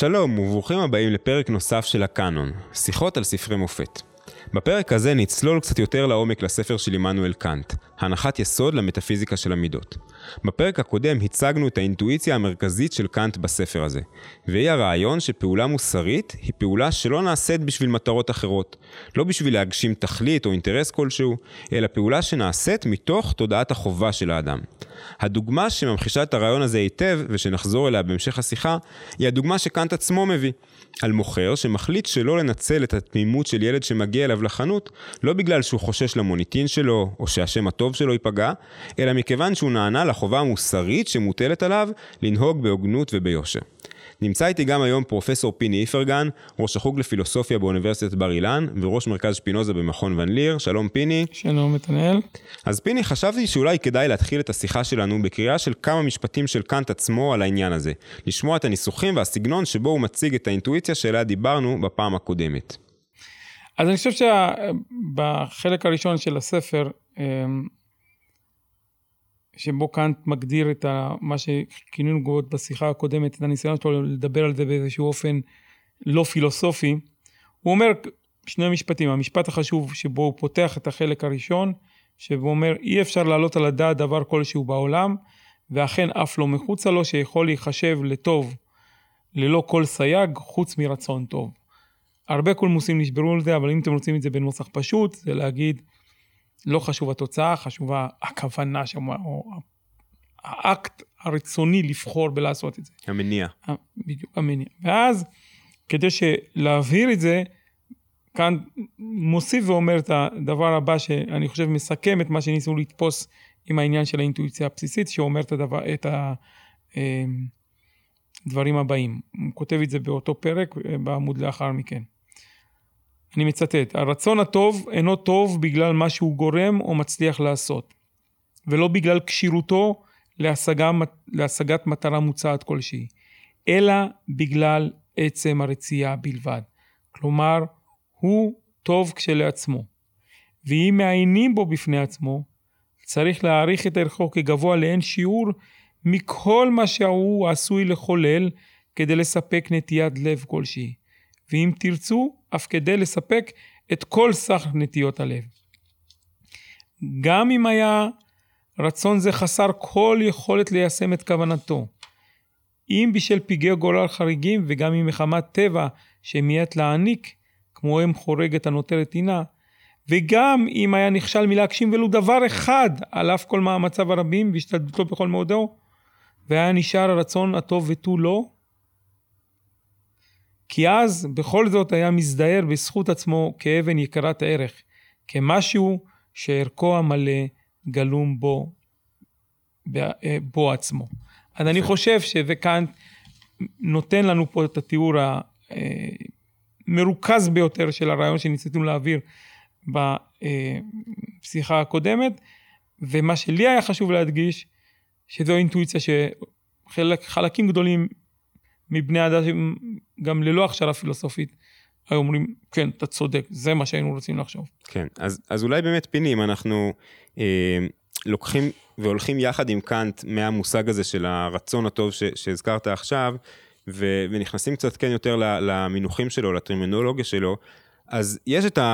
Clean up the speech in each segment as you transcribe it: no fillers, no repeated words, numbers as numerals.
שלום וברוכים הבאים לפרק נוסף של הקאנון, שיחות על ספרי מופת. בפרק הזה נצלול קצת יותר לעומק לספר של עמנואל קאנט, הנחת יסוד למטאפיזיקה של המידות. בפרק הקודם הצגנו את האינטואיציה המרכזית של קאנט בספר הזה, והיא הרעיון שפעולה מוסרית היא פעולה שלא נעשית בשביל מטרות אחרות, לא בשביל להגשים תכלית או אינטרס כלשהו, אלא פעולה שנעשית מתוך תודעת החובה של האדם. הדוגמה שממחישה את הרעיון הזה היטב ושנחזור אליה בהמשך השיחה, היא הדוגמה שקאנט עצמו מביא. על מוכר שמחליט שלא לנצל את התמימות של ילד שמגיע אליו לחנות, לא בגלל שהוא חושש למוניטין שלו או שהשם הטוב שלו ייפגע, אלא מכיוון שהוא נענה לחובה המוסרית שמוטלת עליו לנהוג בהוגנות וביושר. נמצא איתי גם היום פרופסור פיני איפרגן, ראש החוג לפילוסופיה באוניברסיטת בר אילן וראש מרכז שפינוזה במכון ון ליר. שלום פיני. שלום מתנאל. אז פיני, חשבתי שאולי כדאי להתחיל את השיחה שלנו בקריאה של כמה משפטים של קאנט עצמו על העניין הזה, לשמוע את הניסוחים והסגנון שבו הוא מציג את האינטואיציה שעליה דיברנו בפעם הקודמת. אז אני חושב שבחלק הראשון של הספר, שבו קאנט מגדיר את מה שכינינו גאות בשיחה הקודמת, את הניסיון שלו לדבר על זה באיזשהו אופן לא פילוסופי, הוא אומר שני משפטים. המשפט החשוב שבו הוא פותח את החלק הראשון, שבו אומר אי אפשר לעלות על הדעת דבר כלשהו בעולם, ואכן אף לא מחוצה לו שיכול להיחשב לטוב ללא כל סייג חוץ מרצון טוב. הרבה קולמוסים נשברו על זה, אבל אם אתם רוצים את זה בנוסח פשוט, זה להגיד לא חשוב התוצאה, חשובה הכוונה שם, או האקט הרצוני לבחור בלעשות את זה. המניע. בדיוק, המניע. ואז, כדי להבהיר את זה, כאן מוסיף ואומר את הדבר הבא, שאני חושב מסכם את מה שניסו לתפוס עם העניין של האינטואיציה הבסיסית, שאומר את הדברים הבאים. הוא כותב את זה באותו פרק, בעמוד לאחר מכן. אני מצטט, הרצון הטוב אינו טוב בגלל מה שהוא גורם או מצליח לעשות, ולא בגלל קשירותו להשגת מטרה מוצעת כלשהי, אלא בגלל עצם הרצייה בלבד. כלומר, הוא טוב כשלעצמו, ואם מעיינים בו בפני עצמו, צריך להעריך את ערכו כגבוה לאין שיעור מכל מה שהוא עשוי לחולל כדי לספק נטיית לב כלשהי. ואם תרצו, אף כדי לספק את כל סך נטיות הלב. גם אם היה רצון זה חסר כל יכולת ליישם את כוונתו, אם בשל פגעי גורל חריגים וגם אם מחמת טבע שמיית להעניק, כמוהם חורגת הנותרת עינה, וגם אם היה נכשל מלהגשים ולו דבר אחד על אף כל מאמציו הרבים והשתדלותו בכל מאודו, והיה נשאר הרצון הטוב ותו לא, כי אז בכל זאת היה מזדהר בזכות עצמו כאבן יקרת הערך, כמשהו שערכו המלא גלום בו עצמו. אז אני חושב וקאנט נותן לנו פה את התיאור המרוכז ביותר של הרעיון שניסיתם להעביר בשיחה הקודמת, ומה שלי היה חשוב להדגיש, שזו אינטואיציה שחלקים גדולים מבני אדם גם ללא הכשרה פילוסופית, היו אומרים, כן, אתה צודק, זה מה שהיינו רוצים לחשוב. כן, אז אולי באמת פיני, אם אנחנו לוקחים והולכים יחד עם קאנט מהמושג הזה של הרצון הטוב שהזכרת עכשיו, ונכנסים קצת כן יותר למינוחים שלו, לטרמינולוגיה שלו, אז יש את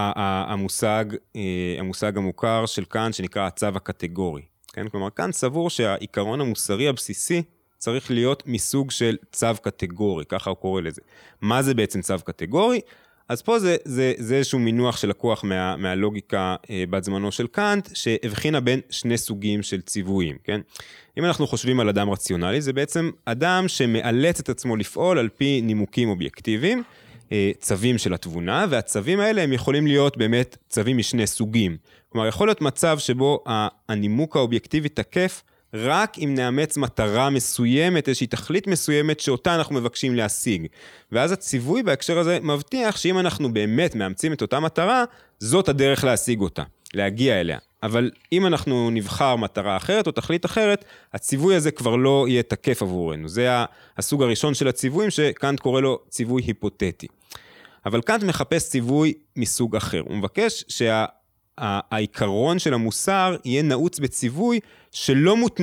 המושג המוכר של קאנט שנקרא הצו הקטגורי. כן? כלומר, קאנט סבור שהעיקרון המוסרי הבסיסי צריך להיות מסוג של צו קטגורי, ככה הוא קורא לזה. מה זה בעצם צו קטגורי? אז פה זה איזשהו מינוח שלקוח מהלוגיקה בת זמנו של קאנט, שהבחינה בין שני סוגים של ציוויים, כן? אם אנחנו חושבים על אדם רציונלי, זה בעצם אדם שמאלץ את עצמו לפעול על פי נימוקים אובייקטיביים, צווים של התבונה, והצווים האלה הם יכולים להיות באמת צווים משני סוגים. כלומר, יכול להיות מצב שבו הנימוק האובייקטיבי תקף, רק אם נאמץ מטרה מסוימת, איזושהי תכלית מסוימת שאותה אנחנו מבקשים להשיג. ואז הציווי בהקשר הזה מבטיח שאם אנחנו באמת מאמצים את אותה מטרה, זאת הדרך להשיג אותה, להגיע אליה. אבל אם אנחנו נבחר מטרה אחרת או תכלית אחרת, הציווי הזה כבר לא יהיה תקף עבורנו. זה הסוג הראשון של הציוויים שקאנט קורא לו ציווי היפותטי. אבל קאנט מחפש ציווי מסוג אחר. הוא מבקש העיקרון של המוסר יהיה נעוץ בציווי שלא מותנה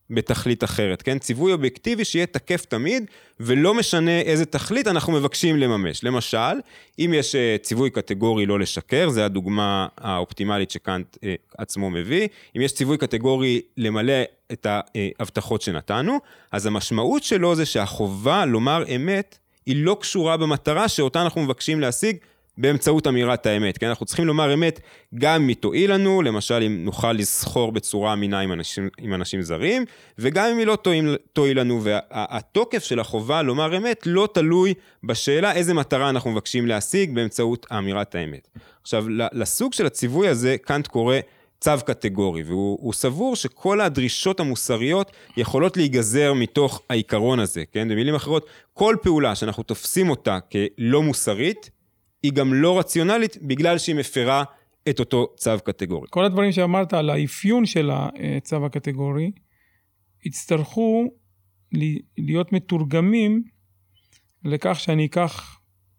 בתכלית אחרת, כן? ציווי אובייקטיבי שיהיה תקף תמיד, ולא משנה איזה תכלית אנחנו מבקשים לממש. למשל, אם יש ציווי קטגורי לא לשקר, זו הדוגמה האופטימלית שקאנט עצמו מביא, אם יש ציווי קטגורי למלא את ההבטחות שנתנו, אז המשמעות שלו זה שהחובה לומר אמת, היא לא קשורה במטרה שאותה אנחנו מבקשים להשיג, באמצעות אמירת האמת, כן? אנחנו צריכים לומר אמת גם אם היא תועיל לנו, למשל אם נוכל לסחור בצורה אמינה עם אנשים זרים, וגם אם היא לא תועיל לנו, והתוקף של החובה לומר אמת לא תלוי בשאלה איזה מטרה אנחנו מבקשים להשיג באמצעות אמירת האמת. עכשיו, לסוג של הציווי הזה, קאנט קורא צו קטגורי, והוא סבור שכל הדרישות המוסריות יכולות להיגזר מתוך העיקרון הזה, כן? במילים אחרות, כל פעולה שאנחנו תופסים אותה כלא מוסרית, היא גם לא רציונלית, בגלל שהיא מפרה את אותו צו קטגורי. כל הדברים שאמרת על האפיון של הצו הקטגורי, יצטרכו להיות מתורגמים לכך שאני אקח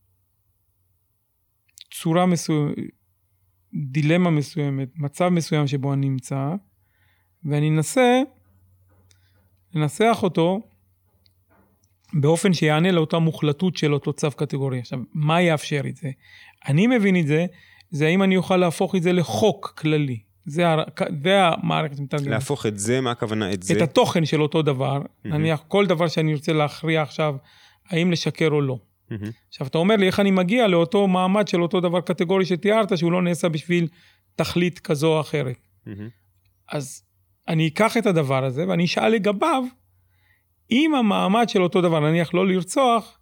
צורה מסוימת, דילמה מסוימת, מצב מסוים שבו אני נמצא, ואני אנסה לנסח אותו באופן שיענה לאותה מוחלטות של אותו צו קטגורי. עכשיו, מה יאפשר את זה? אני מבין את זה, זה האם אני אוכל להפוך את זה לחוק כללי. זה המערכת מתרגמת. להפוך את זה, מה הכוונה את זה? את התוכן של אותו דבר, נניח כל דבר שאני רוצה להכריע עכשיו, האם לשקר או לא. עכשיו, אתה אומר לי, איך אני מגיע לאותו מעמד של אותו דבר קטגורי שתיארת, שהוא לא נעשה בשביל תכלית כזו או אחרת. אז אני אקח את הדבר הזה, ואני אשאל לגביו, אם המעמד של אותו דבר, נניח לא לרצוח,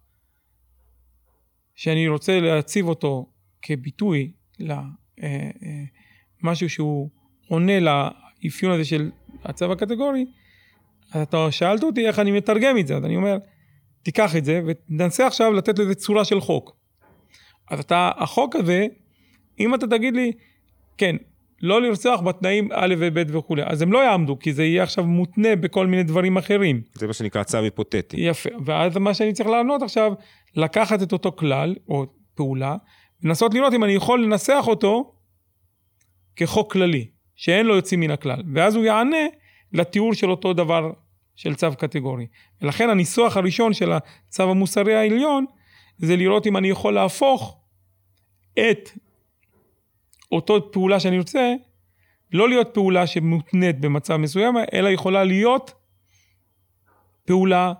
שאני רוצה להציב אותו כביטוי למשהו שהוא עונה לאפיון הזה של הצו הקטגורי, אז אתה שאלת אותי איך אני מתרגם את זה, אז אני אומר, תיקח את זה ותנסה עכשיו לתת לזה צורה של חוק. אז החוק הזה, אם אתה תגיד לי, כן, לא לרצוח בתנאים א' וב' וכו', אז הם לא יעמדו, כי זה יהיה עכשיו מותנה בכל מיני דברים אחרים. זה מה שנקרא צו היפותטי. יפה, ואז מה שאני צריך לענות עכשיו, לקחת את אותו כלל, או פעולה, לנסות לראות אם אני יכול לנסח אותו, כחוק כללי, שאין לו יוצאים מן הכלל, ואז הוא יענה לתיאור של אותו דבר, של צו קטגורי. ולכן הניסוח הראשון של הצו המוסרי העליון, זה לראות אם אני יכול להפוך את אותו פעולה שאני רוצה, לא להיות פעולה שמותנית במצב מסוים, אלא יכולה להיות פעולה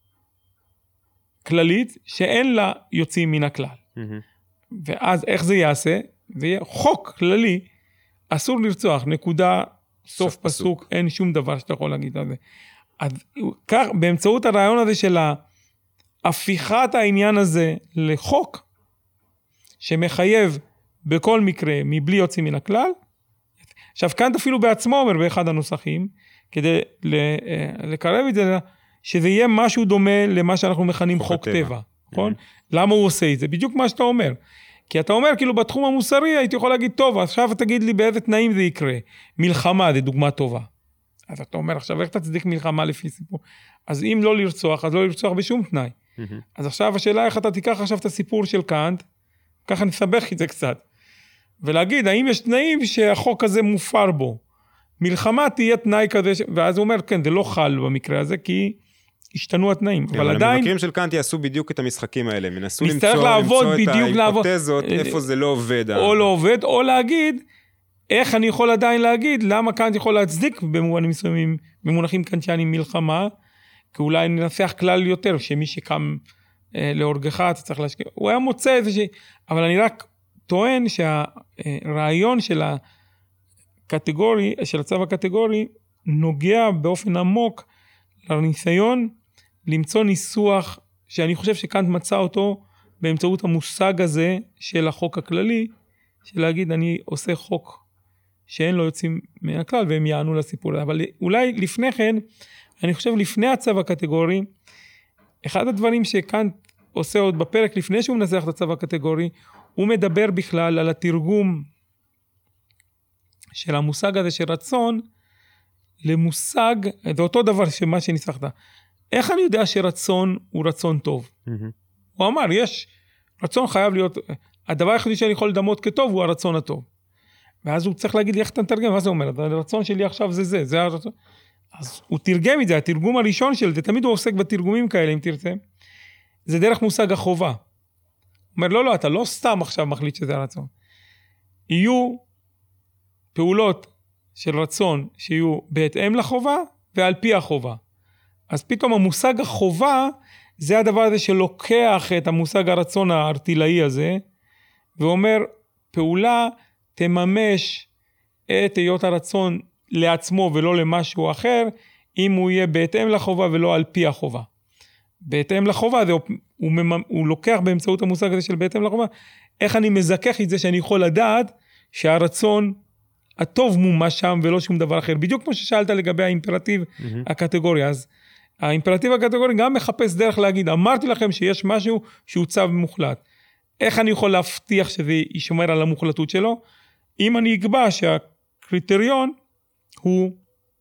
כללית, שאין לה יוצאים מן הכלל. ואז איך זה יעשה? זה יהיה חוק כללי, אסור לרצוח, נקודה, סוף פסוק, אין שום דבר שאתה יכול להגיד על זה. אז כך, באמצעות הרעיון הזה של הפיכת העניין הזה לחוק, שמחייב בכל מקרה, מבלי יוצאים מן הכלל. עכשיו, קאנט אפילו בעצמו אומר באחד הנוסחים, כדי לקרב את זה, שזה יהיה משהו דומה למה שאנחנו מכנים חוק טבע. נכון? למה הוא עושה את זה? בדיוק מה שאתה אומר. כי אתה אומר, כאילו בתחום המוסרי, הייתי יכול להגיד, טוב, עכשיו תגיד לי באיזה תנאים זה יקרה. מלחמה, זה דוגמה טובה. אז אתה אומר, עכשיו איך תצדיק מלחמה לפי סיפור? אז אם לא לרצוח, אז לא לרצוח בשום תנאי. אז עכשיו השאלה איך אתה תיקח עכשיו את הסיפור של קאנט, ככה נסבך את זה קצת. ולהגיד, האם יש תנאים שהחוק הזה מופר בו? מלחמה תהיה תנאי כזה, ואז הוא אומר, כן, זה לא חל במקרה הזה, כי השתנו התנאים. אבל עדיין... המבקרים של קאנט יעשו בדיוק את המשחקים האלה, מנסו למצוא את ההיפותזות, איפה זה לא עובד. או לא עובד, או להגיד, איך אני יכול עדיין להגיד, למה קאנט יכול להצדיק במובנים מסוימים, במונחים קאנטיאניים מלחמה, כי אולי ננסח כלל יותר, שמי שקם להורגך, אתה צריך להשקיע. הוא היה מוצא איזה אבל אני רק טוען שהרעיון של הקטגורי, של הצו הקטגורי, נוגע באופן עמוק לניסיון למצוא ניסוח שאני חושב שקאנט מצא אותו באמצעות המושג הזה של החוק הכללי, של להגיד אני עושה חוק שאין לו יוצאים מן הכלל והם יענו לסיפור הזה. אבל אולי לפני כן, אני חושב לפני הצו הקטגורי, אחד הדברים שקאנט עושה עוד בפרק לפני שהוא מנסח את הצו הקטגורי, הוא מדבר בכלל על התרגום של המושג הזה של רצון, למושג, זה אותו דבר שמה שניסחת. איך אני יודע שרצון הוא רצון טוב? הוא אמר, יש, רצון חייב להיות, הדבר היחידי שאני יכול לדמות כטוב הוא הרצון הטוב. ואז הוא צריך להגיד לי איך אתה מתרגם, מה זה אומר? הרצון שלי עכשיו זה הרצון. אז הוא תרגם את זה, התרגום הראשון של זה, תמיד הוא עוסק בתרגומים כאלה, אם תרצה, זה דרך מושג החובה. הוא אומר, לא, אתה לא סתם עכשיו מחליט שזה הרצון. יהיו פעולות של רצון שיהיו בהתאם לחובה ועל פי החובה. אז פתאום המושג החובה, זה הדבר הזה שלוקח את המושג הרצון הארטילאי הזה, ואומר, פעולה תממש את היות הרצון לעצמו ולא למשהו אחר, אם הוא יהיה בהתאם לחובה ולא על פי החובה. בהתאם לחובה, הוא לוקח באמצעות המושג הזה של בהתאם לחובה, איך אני מזכך את זה שאני יכול לדעת שהרצון הטוב מומש שם ולא שום דבר אחר. בדיוק כמו ששאלת לגבי האימפרטיב הקטגורי, אז האימפרטיב הקטגורי גם מחפש דרך להגיד, אמרתי לכם שיש משהו שהוא צו מוחלט. איך אני יכול להבטיח שזה יישמר על המוחלטות שלו? אם אני אקבע שהקריטריון הוא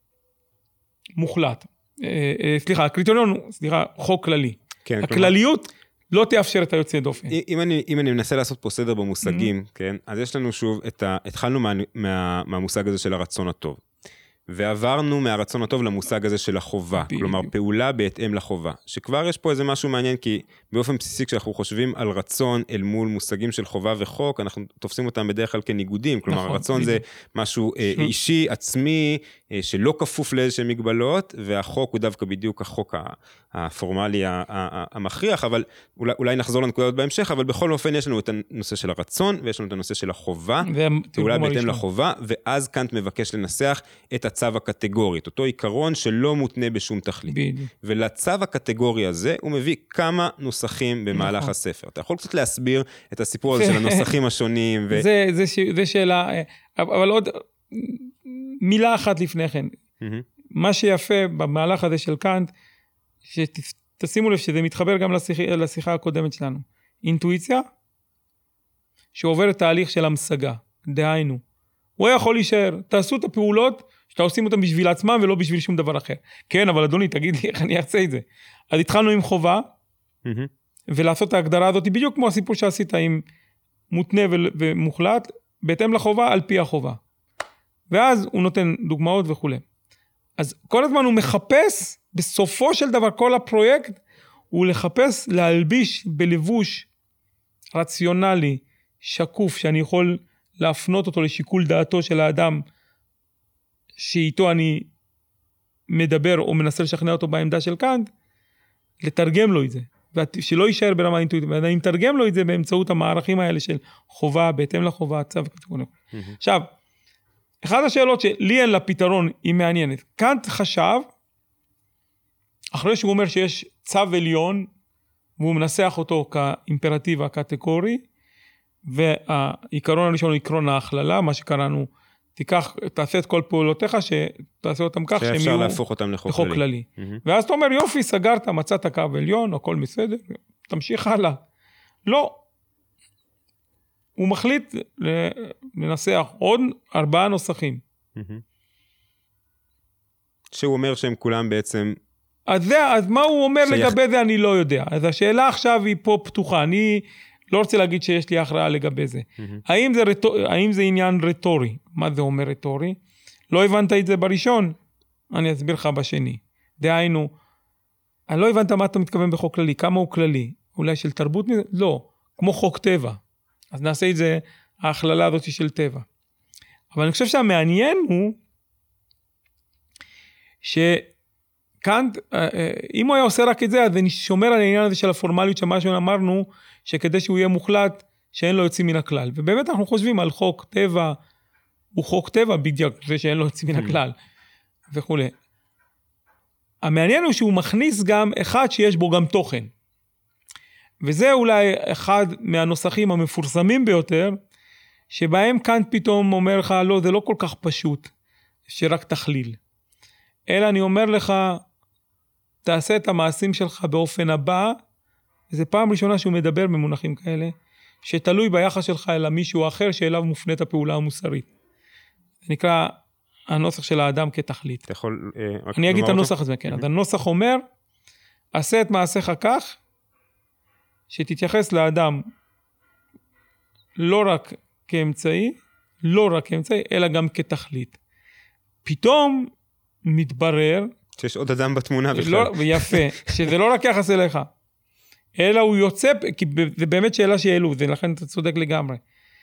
מוחלט. הקריטריון הוא, חוק כללי. כן, הכלליות לא תאפשר את היוצא דופן. אם אני מנסה לעשות פה סדר במושגים, כן, אז יש לנו שוב, התחלנו מהמושג הזה של הרצון הטוב. ועברנו מהרצון הטוב למושג הזה של החובה, כלומר פעולה בהתאם לחובה, שכבר יש פה איזה משהו מעניין, כי באופן בסיסי כשאנחנו חושבים על רצון אל מול מושגים של חובה וחוק, אנחנו תופסים אותם בדרך כלל כניגודים, כלומר הרצון זה משהו אישי, עצמי, שלא כפוף לאיזשהם מגבלות, והחוק הוא דווקא בדיוק החוק הפורמלי המכריח, אבל אולי נחזור לנקודות בהמשך, אבל בכל אופן יש לנו את הנושא של הרצון, ויש לנו את הנושא של החובה, פעולה בהתאם לחובה, ואז קאנט מבקש לנסח את הצו הקטגורי, את אותו עיקרון שלא מותנה בשום תכלית. ולצו הקטגורי הזה הוא מביא כמה נוסחים במהלך הספר. אתה יכול קצת להסביר את הסיפור הזה של הנוסחים השונים? זה שאלה, אבל עוד מילה אחת לפני כן. מה שיפה במהלך הזה של קאנט, שתשימו לב שזה מתחבר גם לשיחה הקודמת שלנו. אינטואיציה, שעוברת תהליך של המשגה. דהיינו. הוא יכול להישאר, תעשו את הפעולות, שאתה עושים אותם בשביל עצמם ולא בשביל שום דבר אחר. כן, אבל אדוני, תגיד לי איך אני אעשה את זה. אז התחלנו עם חובה, ולעשות את ההגדרה הזאת, בדיוק כמו הסיפור שעשית עם מותנה ומוחלט, בהתאם לחובה, על פי החובה. ואז הוא נותן דוגמאות וכו'. אז כל הזמן הוא מחפש, בסופו של דבר, כל הפרויקט, הוא לחפש להלביש בלבוש רציונלי, שקוף, שאני יכול להפנות אותו לשיקול דעתו של האדם, שאיתו אני מדבר או מנסה לשכנע אותו בעמדה של קאנט, לתרגם לו את זה, שלא יישאר ברמה אינטואיטיבית, ואני מתרגם לו את זה באמצעות המערכים האלה של חובה, בהתאם לחובה, צו וכו'. עכשיו, אחת השאלות שלי אין לה פתרון היא מעניינת. קאנט חשב, אחרי שהוא אומר שיש צו עליון, והוא מנסח אותו כאימפרטיב הקטגורי, והעיקרון הראשון הוא עקרון ההכללה, מה שקראנו, תעשה את כל פעולותיך, שתעשה אותם כך שהם שאפשר להפוך אותם לחוק כללי. ואז אתה אומר, יופי, סגרת, מצאת קו עליון, הכל בסדר, תמשיך הלאה. לא. הוא מחליט לנסח עוד 4 נוסחים. שהוא אומר שהם כולם בעצם... אז מה הוא אומר לגבי זה אני לא יודע. אז השאלה עכשיו היא פה פתוחה, אני... לא רוצה להגיד שיש לי הכרעה לגבי זה. האם זה עניין רטורי? מה זה אומר רטורי? לא הבנת את זה בראשון? אני אסביר לך בשני. דהיינו, אני לא הבנת מה אתה מתכוון בחוק כללי. כמה הוא כללי? אולי של תרבות? לא. כמו חוק טבע. אז נעשה את זה, ההכללה הזאת של טבע. אבל אני חושב שהמעניין הוא, שקאנט, אם הוא היה עושה רק את זה, אז אני שומר על העניין הזה של הפורמליות, שמה שאמרנו, שכדי שהוא יהיה מוחלט, שאין לו יוצאים מן הכלל. ובאמת אנחנו חושבים על חוק טבע, הוא חוק טבע בדיוק, זה שאין לו יוצאים מן הכלל, וכו'. המעניין הוא שהוא מכניס גם אחד שיש בו גם תוכן. וזה אולי אחד מהנוסחים המפורסמים ביותר, שבהם כאן פתאום אומר לך, לא, זה לא כל כך פשוט, שרק תכליל. אלא אני אומר לך, תעשה את המעשים שלך באופן הבא, וזו פעם ראשונה שהוא מדבר במונחים כאלה, שתלוי ביחס שלך אל מישהו אחר, שאליו מופנית הפעולה המוסרית. זה נקרא הנוסח של האדם כתכלית. אתה יכול... אני אגיד את הנוסח הזה, כן. אז הנוסח אומר, עשה את מעשיך כך, שתתייחס לאדם לא רק כאמצעי, אלא גם כתכלית. פתאום מתברר, שיש עוד אדם בתמונה בכלל. לא, יפה, שזה לא רק יחס אליך, אלא הוא יוצא, כי זה באמת שאלה שאלו, ולכן אתה צודק לגמרי.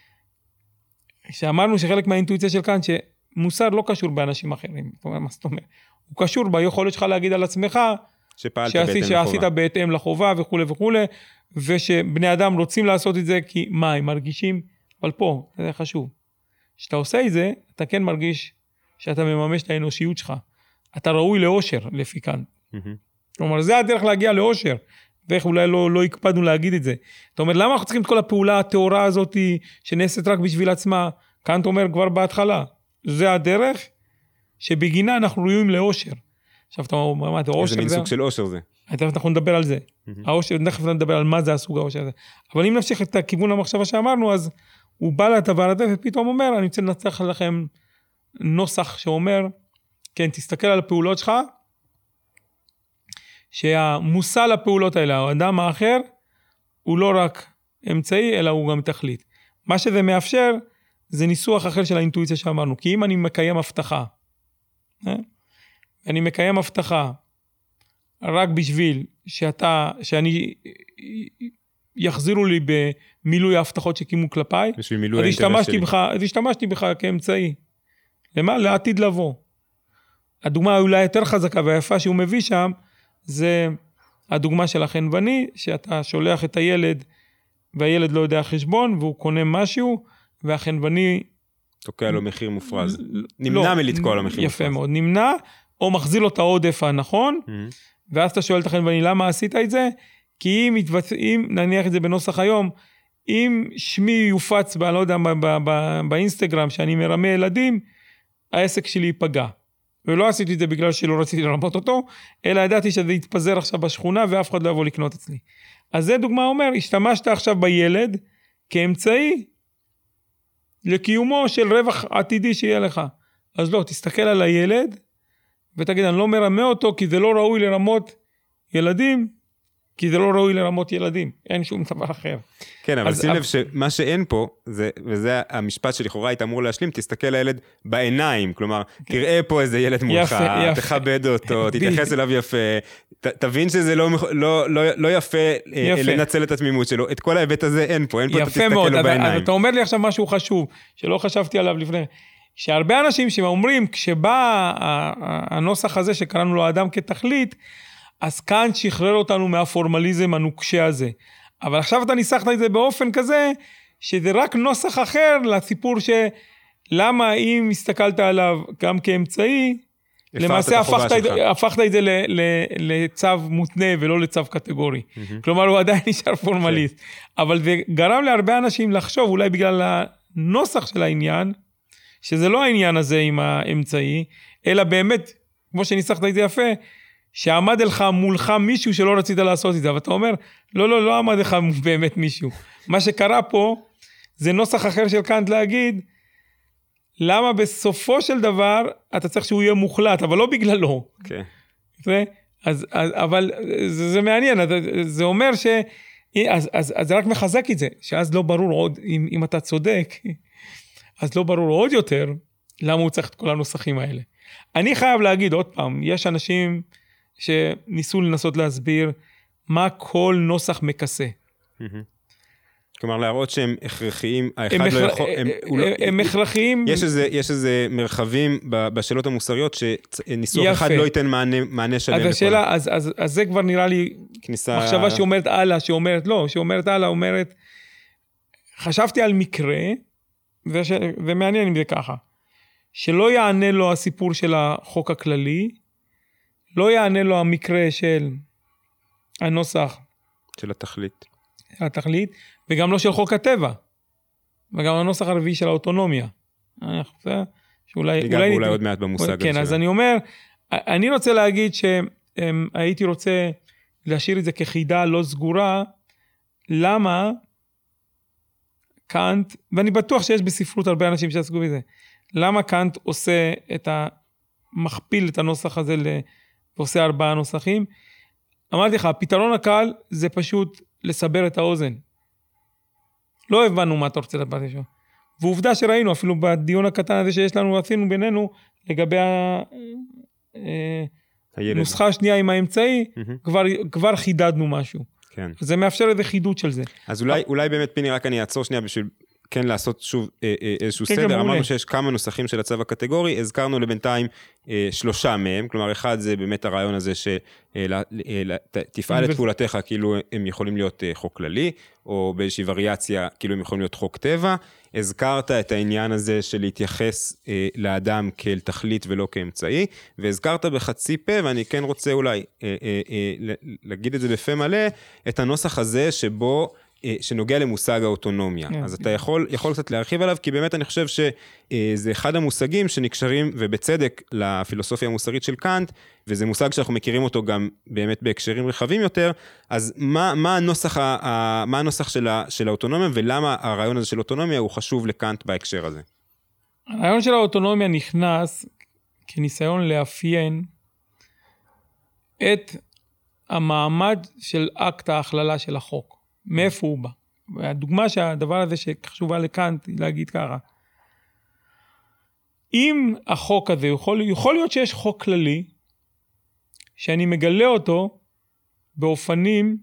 שאמרנו שחלק מהאינטואיציה של כאן, שמוסר לא קשור באנשים אחרים, מה זאת אומרת? הוא קשור ביכולת שלך להגיד על עצמך, שעשית בהתאם לחובה וכו' וכו', ושבני אדם רוצים לעשות את זה, כי מה, הם מרגישים, אבל פה, זה חשוב. כשאתה עושה את זה, אתה כן מרגיש שאתה מממש את האנושיות שלך. אתה ראוי לאושר, לפי כאן. כלומר, זה הדרך להגיע לאושר, ואיך אולי לא הקפדנו להגיד את זה. אתה אומר, למה אנחנו צריכים את כל הפעולה התיאורה הזאת, שנעשית רק בשביל עצמה? כאן אתה אומר כבר בהתחלה, זה הדרך שבגינה אנחנו ראויים לאושר. עכשיו אתה אומר, מה, איזה מין סוג של אושר זה? אנחנו נדבר על זה. האושר, תכף נדבר על מה זה הסוג האושר הזה. אבל אם נמשיך את הכיוון המחשבה שאמרנו, אז הוא בא לדבר הזה ופתאום אומר, אני רוצה לנצח לכם נוסח שאומר, כן, תסתכל על הפעולות שלך, שהמושא לפעולות האלה, האדם האחר, הוא לא רק אמצעי, אלא הוא גם תכלית. מה שזה מאפשר, זה ניסוח אחר של האינטואיציה שאמרנו. כי אם אני מקיים הבטחה, אני מקיים הבטחה, רק בשביל שאני יחזירו לי במילוי ההבטחות שקימו כלפיי, בשביל מילוי האינטרס שלי. אז השתמשתי בך כאמצעי. למה? לעתיד לבוא. הדוגמה אולי יותר חזקה והיפה שהוא מביא שם, זה הדוגמה של החנווני, שאתה שולח את הילד, והילד לא יודע חשבון, והוא קונה משהו, והחנווני... תוקע לו מחיר מופרז. נמנע מלתקוע לו מחיר מופרז. יפה מאוד, נמנע, או מחזיר לו את העודף הנכון, ואז אתה שואל את החנווני, למה עשית את זה? כי אם נניח את זה בנוסח היום, אם שמי יופץ, לא יודע, באינסטגרם, שאני מרמה ילדים, העסק שלי ייפגע. ולא עשיתי את זה בגלל שלא רציתי לרמות אותו, אלא ידעתי שזה יתפזר עכשיו בשכונה, ואף אחד לא יבוא לקנות אצלי. אז זה דוגמה אומר, השתמשת עכשיו בילד, כאמצעי, לקיומו של רווח עתידי שיהיה לך. אז לא, תסתכל על הילד, ותגיד, אני לא מרמה אותו, כי זה לא ראוי לרמות ילדים, כי זה לא ראוי לרמות ילדים, אין שום דבר אחר. כן, אבל שים לב שמה שאין פה, וזה המשפט שלכאורה היית אמור להשלים, תסתכל לילד בעיניים, כלומר, תראה פה איזה ילד מולך, תכבד אותו, תתייחס אליו יפה, תבין שזה לא יפה לנצל את התמימות שלו, את כל ההיבט הזה אין פה, אתה תסתכל לו בעיניים. אז אתה אומר לי עכשיו משהו חשוב, שלא חשבתי עליו לפני, שהרבה אנשים שאומרים, כשבא הנוסח הזה שקראנו לו האדם כתכלית, אז כאן שחרר אותנו מהפורמליזם הנוקשה הזה. אבל עכשיו אתה ניסחת את זה באופן כזה, שזה רק נוסח אחר לסיפור למה אם הסתכלת עליו גם כאמצעי, למעשה הפכת את זה לצו מותנה ולא לצו קטגורי. כלומר הוא עדיין נשאר פורמליסט. אבל זה גרם להרבה אנשים לחשוב, אולי בגלל הנוסח של העניין, שזה לא העניין הזה עם האמצעי, אלא באמת, כמו שניסחת את זה יפה, שעמד לך מולך מישהו שלא רצית לעשות את זה, אבל אתה אומר, לא עמד לך באמת מישהו. מה שקרה פה, זה נוסח אחר של קאנט להגיד, למה בסופו של דבר, אתה צריך שהוא יהיה מוחלט, אבל לא בגללו. כן. אבל זה מעניין, זה אומר אז זה רק מחזק את זה, שאז לא ברור עוד, אם אתה צודק, אז לא ברור עוד יותר, למה הוא צריך את כל הנוסחים האלה. אני חייב להגיד עוד פעם, יש אנשים שניסו לנסות להסביר מה כל נוסח מכסה. כלומר, להראות שהם הכרחיים, הם הכרחיים. יש איזה מרחבים בשאלות המוסריות, שניסוח אחד לא ייתן מענה שלם. אז השאלה, אז זה כבר נראה לי, מחשבה שאומרת הלאה, שאומרת הלאה, אומרת, חשבתי על מקרה, ומעניין אם זה ככה, שלא יענה לו הסיפור של החוק הכללי, לא יענה לו המקרה של הנוסח. של התכלית, וגם לא של חוק הטבע. וגם הנוסח הרביעי של האוטונומיה. ניגע אולי עוד מעט במושג. כן, אז אני אומר, אני רוצה להגיד שהייתי רוצה להשאיר את זה כחידה לא סגורה, למה קאנט, ואני בטוח שיש בספרות הרבה אנשים שעסקו בזה, למה קאנט עושה מכפיל את הנוסח הזה ועושה 4 נוסחים? אמרתי לך, הפתרון הקל זה פשוט לסבר את האוזן. לא הבנו מה אתה רוצה לדבר לשם. ועובדה שראינו, אפילו בדיון הקטן הזה שיש לנו, עשינו בינינו, לגבי נוסחה שנייה עם האמצעי, כבר חידדנו משהו. כן. זה מאפשר איזה חידוד של זה. אז אולי באמת פיני, רק אני אעצור שנייה בשביל כן לעשות שוב איזשהו סדר. אמרנו שיש כמה נוסחים של הצו הקטגורי, הזכרנו לבינתיים 3 מהם, כלומר אחד זה באמת הרעיון הזה שתפעל את פעולתיך כאילו הם יכולים להיות חוק כללי, או באיזושהי וריאציה כאילו הם יכולים להיות חוק טבע. הזכרת את העניין הזה של להתייחס לאדם כאל תכלית ולא כאמצעי, והזכרת בחצי פה, ואני כן רוצה אולי להגיד את זה בפה מלא, את הנוסח הזה שבו שנוגע למושג האוטונומיה. אז אתה יכול קצת להרחיב עליו, כי באמת אני חושב שזה אחד המושגים שנקשרים, ובצדק, לפילוסופיה המוסרית של קאנט, וזה מושג שאנחנו מכירים אותו גם באמת בהקשרים רחבים יותר, אז מה הנוסח של האוטונומיה, ולמה הרעיון הזה של אוטונומיה הוא חשוב לקאנט בהקשר הזה? הרעיון של האוטונומיה נכנס כניסיון לאפיין את המעמד של אקט ההכללה של החוק. מאיפה הוא בא? והדוגמה שהדבר הזה שחשובה לקאנט היא להגיד ככה, אם החוק הזה, יכול להיות שיש חוק כללי, שאני מגלה אותו באופנים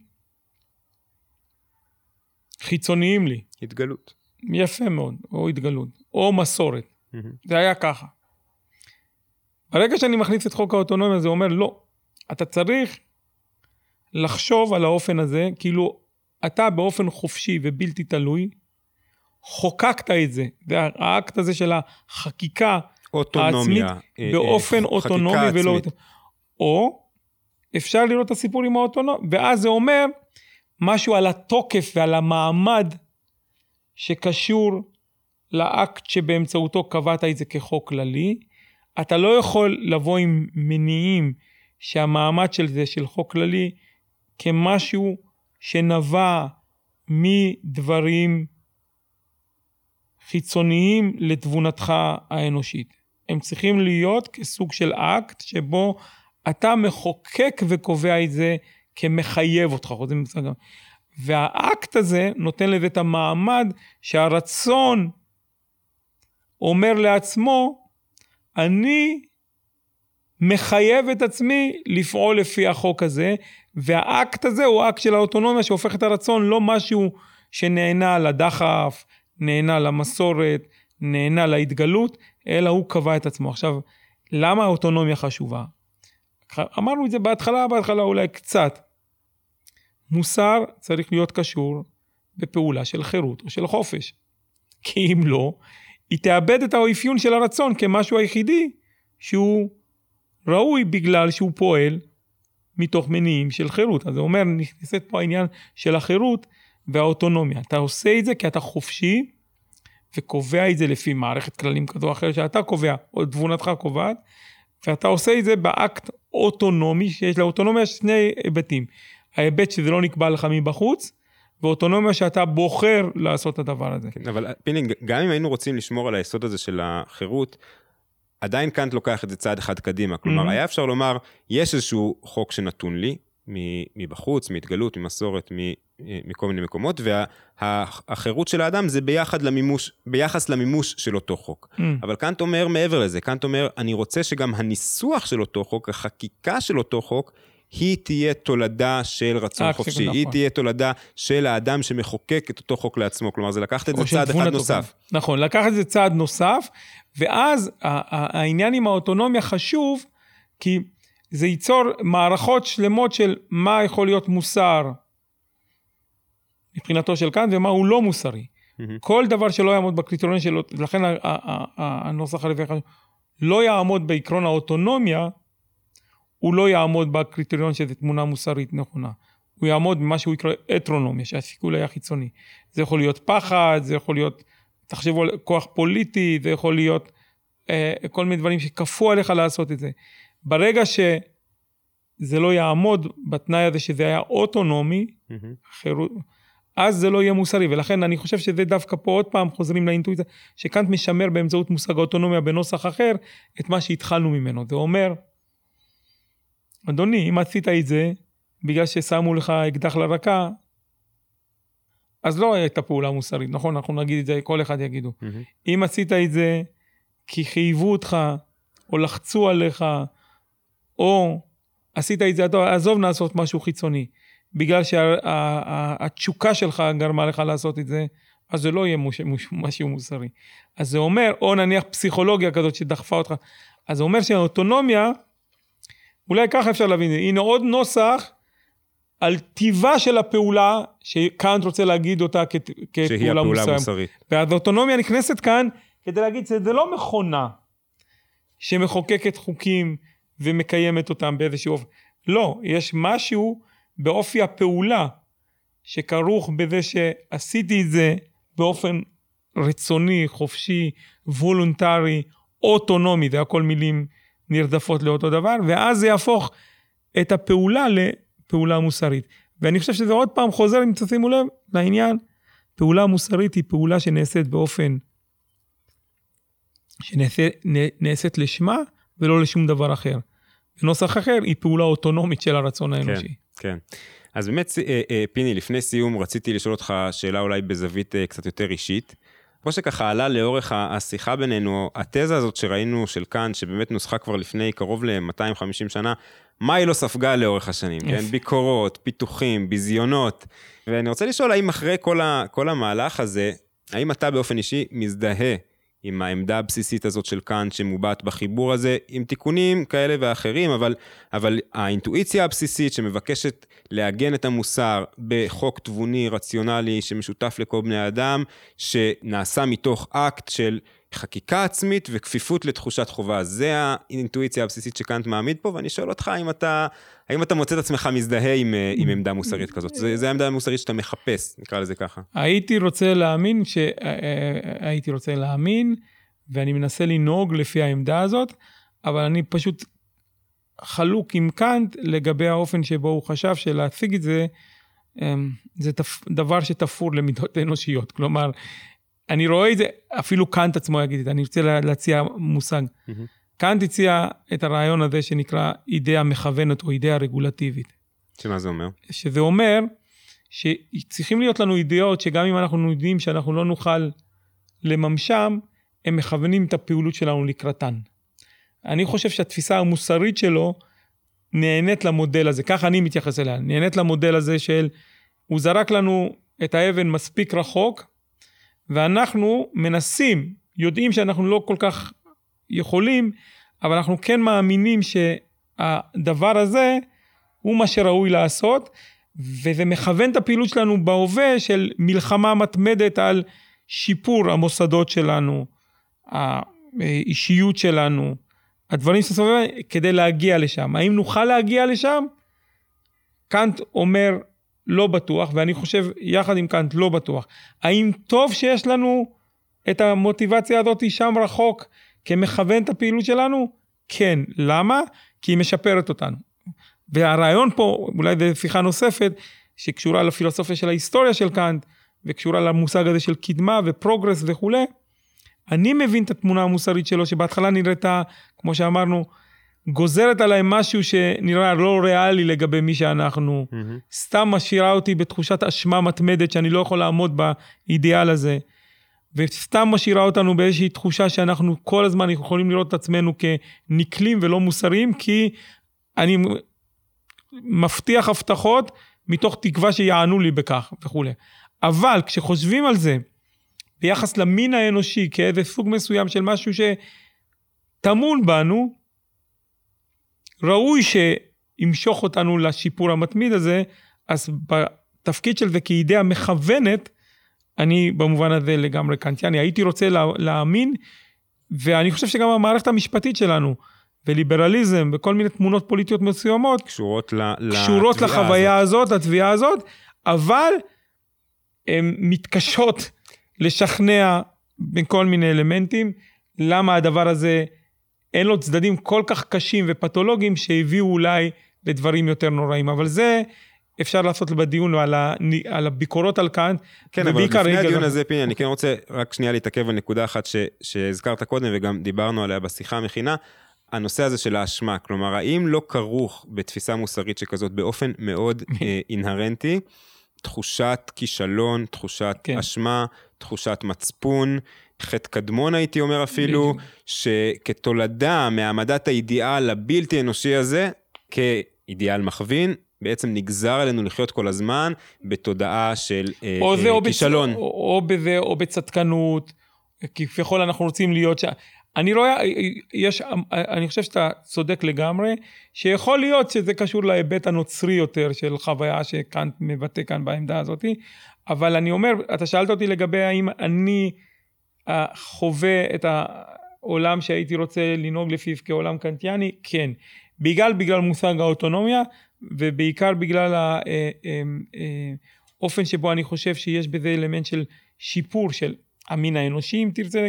חיצוניים לי. התגלות. יפה מאוד, או התגלות, או מסורת. זה היה ככה. ברגע שאני מכניס את חוק האוטונומיה, זה אומר לא, אתה צריך לחשוב על האופן הזה, כאילו אתה באופן חופשי ובלתי תלוי, חוקקת את זה, והאקט הזה של החקיקה העצמית, באופן אוטונומי ולא... או אפשר לראות את הסיפור עם האוטונומיה, ואז זה אומר משהו על התוקף ועל המעמד שקשור לאקט שבאמצעותו קבעת את זה כחוק כללי. אתה לא יכול לבוא עם מניעים שהמעמד של זה, של חוק כללי, כמשהו שנבע מדברים חיצוניים לתבונתך האנושית. הם צריכים להיות כסוג של אקט שבו אתה מחוקק וקובע את זה כמחייב אותך. והאקט הזה נותן לזה את המעמד שהרצון אומר לעצמו, אני מחייב את עצמי לפעול לפי החוק הזה, והאקט הזה הוא האקט של האוטונומיה שהופך את הרצון לא משהו שנהנה לדחף, נהנה למסורת, נהנה להתגלות, אלא הוא קבע את עצמו. עכשיו, למה האוטונומיה חשובה? אמרנו את זה בהתחלה אולי קצת. מוסר צריך להיות קשור בפעולה של חירות או של חופש. כי אם לא, היא תאבד את האפיון של הרצון כמשהו היחידי שהוא ראוי בגלל שהוא פועל מתוך מניעים של חירות. אז זה אומר, נכנסת פה העניין של החירות והאוטונומיה. אתה עושה את זה כי אתה חופשי וקובע את זה לפי מערכת כללים כזו או אחרת שאתה קובע או תבונתך קובעת, ואתה עושה את זה באקט אוטונומי, שיש לאוטונומיה שני היבטים. ההיבט שזה לא נקבע לך מבחוץ, ואוטונומיה שאתה בוחר לעשות את הדבר הזה. כן, אבל פיני, גם אם היינו רוצים לשמור על היסוד הזה של החירות, עדיין קאנט לוקח את זה צעד אחד קדימה. כלומר, היה אפשר לומר, יש איזשהו חוק שנתון לי, מבחוץ, מהתגלות, ממסורת, מכל מיני מקומות, והחירות של האדם זה ביחס למימוש של אותו חוק. אבל קאנט אומר מעבר לזה, קאנט אומר, אני רוצה שגם הניסוח של אותו חוק, החקיקה של אותו חוק, היא תהיה תולדה של רצון חופשי, היא תהיה תולדה של האדם שמחוקק את אותו חוק לעצמו, כלומר זה לקחת את זה צעד אחד נוסף. נכון, לקחת את זה צעד נוסף, ואז העניין עם האוטונומיה חשוב, כי זה ייצור מערכות שלמות של מה יכול להיות מוסר, מבחינתו של קאנט, ומה הוא לא מוסרי. כל דבר שלא יעמוד בקריטריון שלו, לכן הנוסח הרביעי לא יעמוד בעקרון האוטונומיה, הוא לא יעמוד בקריטריון שזה תמונה מוסרית נכונה. הוא יעמוד במה שהוא יקרא אתרונומיה, שהסיכול היה חיצוני. זה יכול להיות פחד, זה יכול להיות, תחשבו על כוח פוליטי, זה יכול להיות כל מיני דברים שכפו עליך לעשות את זה. ברגע שזה לא יעמוד בתנאי הזה שזה היה אוטונומי, אז זה לא יהיה מוסרי, ולכן אני חושב שזה דווקא פה עוד פעם חוזרים לאינטואיציה, שקאנט משמר באמצעות מושג האוטונומיה בנוסח אחר, את מה שהתחלנו ממנו. זה אומר, אדוני, אם עשית את זה, בגלל ששמו לך אקדח לרקה, אז לא הייתה פעולה מוסרית, נכון? אנחנו נגיד את זה, כל אחד יגידו. אם עשית את זה, כי חייבו אותך, או לחצו עליך, או עשית את זה, עזוב לעשות משהו חיצוני, בגלל שהתשוקה שלך גרמה לך לעשות את זה, אז זה לא יהיה משהו מוסרי. אז זה אומר, או נניח פסיכולוגיה כזאת שדחפה אותך, אז זה אומר שהאוטונומיה, אולי ככה אפשר להבין, הנה עוד נוסח, על טיבה של הפעולה, שקאנט רוצה להגיד אותה כפעולה מוסרית. ואז האוטונומיה נכנסת כאן, כדי להגיד שזה לא מכונה, שמחוקקת חוקים, ומקיימת אותם באיזשהו אופן. לא, יש משהו באופי הפעולה, שכרוך בזה שעשיתי את זה, באופן רצוני, חופשי, וולונטרי, אוטונומי, זה הכל מילים נרדפות לאותו דבר, ואז זה יהפוך את הפעולה לפעולה מוסרית. ואני חושב שזה עוד פעם חוזר, אם תשימו לב, לעניין, פעולה מוסרית היא פעולה שנעשית באופן, שנעשית לשמה, ולא לשום דבר אחר. בנוסח אחר, היא פעולה אוטונומית של הרצון האנושי. כן, כן. אז באמת, פיני, לפני סיום, רציתי לשאול אותך שאלה אולי בזווית קצת יותר אישית. כמו שככה עלה לאורך השיחה בינינו, התזה הזאת שראינו של קאנט, שבאמת נוסחה כבר לפני קרוב ל-250 שנה, מה היא לא ספגה לאורך השנים, כן? ביקורות, פיתוחים, ביזיונות. ואני רוצה לשאול, האם אחרי כל המהלך הזה, האם אתה באופן אישי מזדהה עם העמדה הבסיסית הזאת של קאנט שמובעת בחיבור הזה, עם תיקונים כאלה ואחרים, אבל האינטואיציה הבסיסית שמבקשת לעגן את המוסר בחוק תבוני, רציונלי, שמשותף לכל בני האדם, שנעשה מתוך אקט של חקיקה עצמית וכפיפות לתחושת חובה. זה האינטואיציה הבסיסית שקאנט מעמיד פה, ואני שואל אותך, האם אתה מוצא את עצמך מזדהה עם עמדה מוסרית כזאת? זה העמדה המוסרית שאתה מחפש, נקרא לזה ככה. הייתי רוצה להאמין, ואני מנסה לנהוג לפי העמדה הזאת, אבל אני פשוט חלוק עם קאנט לגבי האופן שבו הוא חשב שלהציג את זה, זה דבר שתפור למידות אנושיות. כלומר, אני רואה את זה, אפילו קאנט עצמו יגיד את זה, אני רוצה להציע מושג. קאנט הציע את הרעיון הזה שנקרא אידאה מכוונת או אידאה רגולטיבית. שמה זה אומר? שזה אומר שצריכים להיות לנו אידאות שגם אם אנחנו יודעים שאנחנו לא נוכל לממשם, הם מכוונים את הפעולות שלנו לקראתן. אני חושב שהתפיסה המוסרית שלו נהנית למודל הזה, ככה אני מתייחס אליה, נהנית למודל הזה של, הוא זרק לנו את האבן מספיק רחוק, ואנחנו מנסים, יודעים שאנחנו לא כל כך יכולים, אבל אנחנו כן מאמינים שהדבר הזה הוא מה שראוי לעשות, וזה מכוון את הפעילות שלנו בהווה של מלחמה מתמדת על שיפור המוסדות שלנו, האישיות שלנו, הדברים שסובבים כדי להגיע לשם. האם נוכל להגיע לשם? קאנט אומר לא בטוח, ואני חושב יחד עם קאנט לא בטוח. האם טוב שיש לנו את המוטיבציה הזאת שם רחוק, כמכוון את הפעילות שלנו? כן. למה? כי היא משפרת אותנו. והרעיון פה, אולי זו שיחה נוספת, שקשורה לפילוסופיה של ההיסטוריה של קאנט, וקשורה למושג הזה של קדמה ופרוגרס וכו'. אני מבין את התמונה המוסרית שלו, שבהתחלה נראתה, כמו שאמרנו, גוזרת עליי משהו שנראה לא ריאלי לגבי מי שאנחנו, סתם משאירה אותי בתחושת אשמה מתמדת, שאני לא יכול לעמוד באידיאל הזה, וסתם משאירה אותנו באיזושהי תחושה שאנחנו כל הזמן יכולים לראות את עצמנו כנקלים ולא מוסריים, כי אני מבטיח הבטחות מתוך תקווה שיענו לי בכך וכו'. אבל כשחושבים על זה, ביחס למין האנושי, כאיזה סוג מסוים של משהו שתמון בנו, ראוי שימשוך אותנו לשיפור המתמיד הזה, אז בתפקיד של זה כאידאה מכוונת, אני במובן הזה לגמרי קאנטיאני, הייתי רוצה להאמין, ואני חושב שגם המערכת המשפטית שלנו, וליברליזם, וכל מיני תמונות פוליטיות מסוימות, קשורות לחוויה הזאת, לתביעה הזאת, אבל הן מתקשות לשכנע בין כל מיני אלמנטים, למה הדבר הזה אין לו צדדים כל כך קשים ופתולוגיים, שהביאו אולי לדברים יותר נוראים, אבל זה אפשר לעשות בדיון על הביקורות על קאנט. כן, אבל לפני הדיון הזה, פיני, אני כן רוצה רק שנייה להתעכב על נקודה אחת שהזכרת קודם, וגם דיברנו עליה בשיחה המכינה, הנושא הזה של האשמה, כלומר, האם לא כרוך בתפיסה מוסרית שכזאת באופן מאוד אינהרנטי, תחושת כישלון, תחושת אשמה, תחושת מצפון, חטא קדמון הייתי אומר אפילו, שכתולדה מהעמדת האידיאל הבלתי אנושי הזה, כאידיאל מכווין, בעצם נגזר עלינו לחיות כל הזמן בתודעה של כישלון. או בזה, או בצדקנות, כביכול אנחנו רוצים להיות אני רואה, אני חושב שאתה צודק לגמרי, שיכול להיות שזה קשור להיבט הנוצרי יותר של חוויה שקאנט מבטא כאן בעמדה הזאת, אבל אני אומר, אתה שאלת אותי לגבי האם אני חווה את העולם שהייתי רוצה לנהוג לפיו כעולם קאנטיאני, כן. בגלל מושג האוטונומיה, ובעיקר בגלל האופן שבו אני חושב שיש בזה אלמנט של שיפור של המין האנושי, אם תרצה,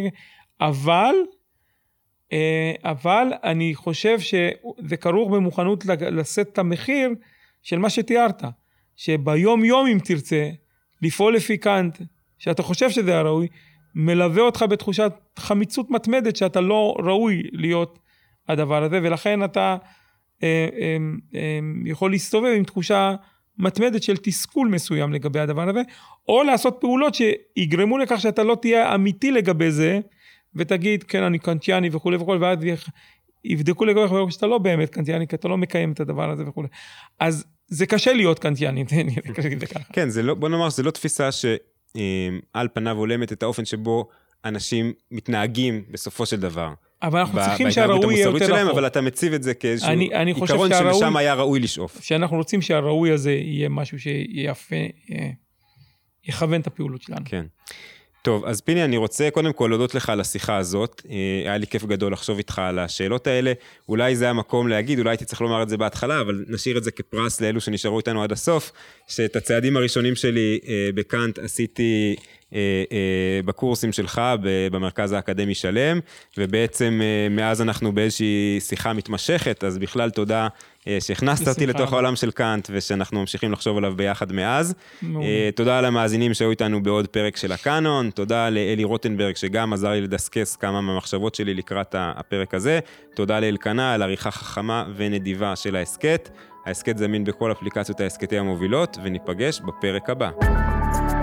אבל אני חושב שזה כרוך במוכנות לשאת את המחיר של מה שתיארת, שביום יום אם תרצה, לפעול לפי קאנט, שאתה חושב שזה הראוי, מלווה אותך בתחושת חמיצות מתמדת, שאתה לא ראוי להיות הדבר הזה, ולכן אתה יכול להסתובב עם תחושה מתמדת של תסכול מסוים לגבי הדבר הזה, או לעשות פעולות שיגרמו לכך שאתה לא תהיה אמיתי לגבי זה, ותגיד, כן, אני קאנטיאני וכו' וכו', ואז יבדקו לגבי שאתה לא באמת קאנטיאני, כי אתה לא מקיים את הדבר הזה וכו'. אז זה קשה להיות קאנטיאני, כן, בוא נאמר, זה לא תפיסה שעל פניו עולמת את האופן שבו אנשים מתנהגים בסופו של דבר. אבל אנחנו צריכים שהראוי יהיה יותר רחוק. אבל אתה מציב את זה כאיזשהו עיקרון שמשם היה ראוי לשאוף. שאנחנו רוצים שהראוי הזה יהיה משהו שיפה, יכוון את הפעולות שלנו. כן. טוב, אז פיני, אני רוצה קודם כל להודות לך על השיחה הזאת. היה לי כיף גדול לחשוב איתך על השאלות האלה. אולי זה המקום להגיד, אולי הייתי צריך לומר את זה בהתחלה, אבל נשאיר את זה כפרס לאלו שנשארו איתנו עד הסוף, שאת הצעדים הראשונים שלי בקאנט עשיתי בקורסים שלך במרכז האקדמי שלם, ובעצם מאז אנחנו באיזושהי שיחה מתמשכת, אז בכלל תודה שהכנסת אותי לתוך העולם של קאנט, ושאנחנו ממשיכים לחשוב עליו ביחד מאז. תודה למאזינים שהיו איתנו בעוד פרק של הקאנון, תודה לאלי רוטנברג שגם עזר לי לדסקס כמה מהמחשבות שלי לקראת הפרק הזה, תודה לאלקנה על עריכה חכמה ונדיבה של העסקט. העסקט זמין בכל אפליקציות העסקטי המובילות, וניפגש בפרק הבא.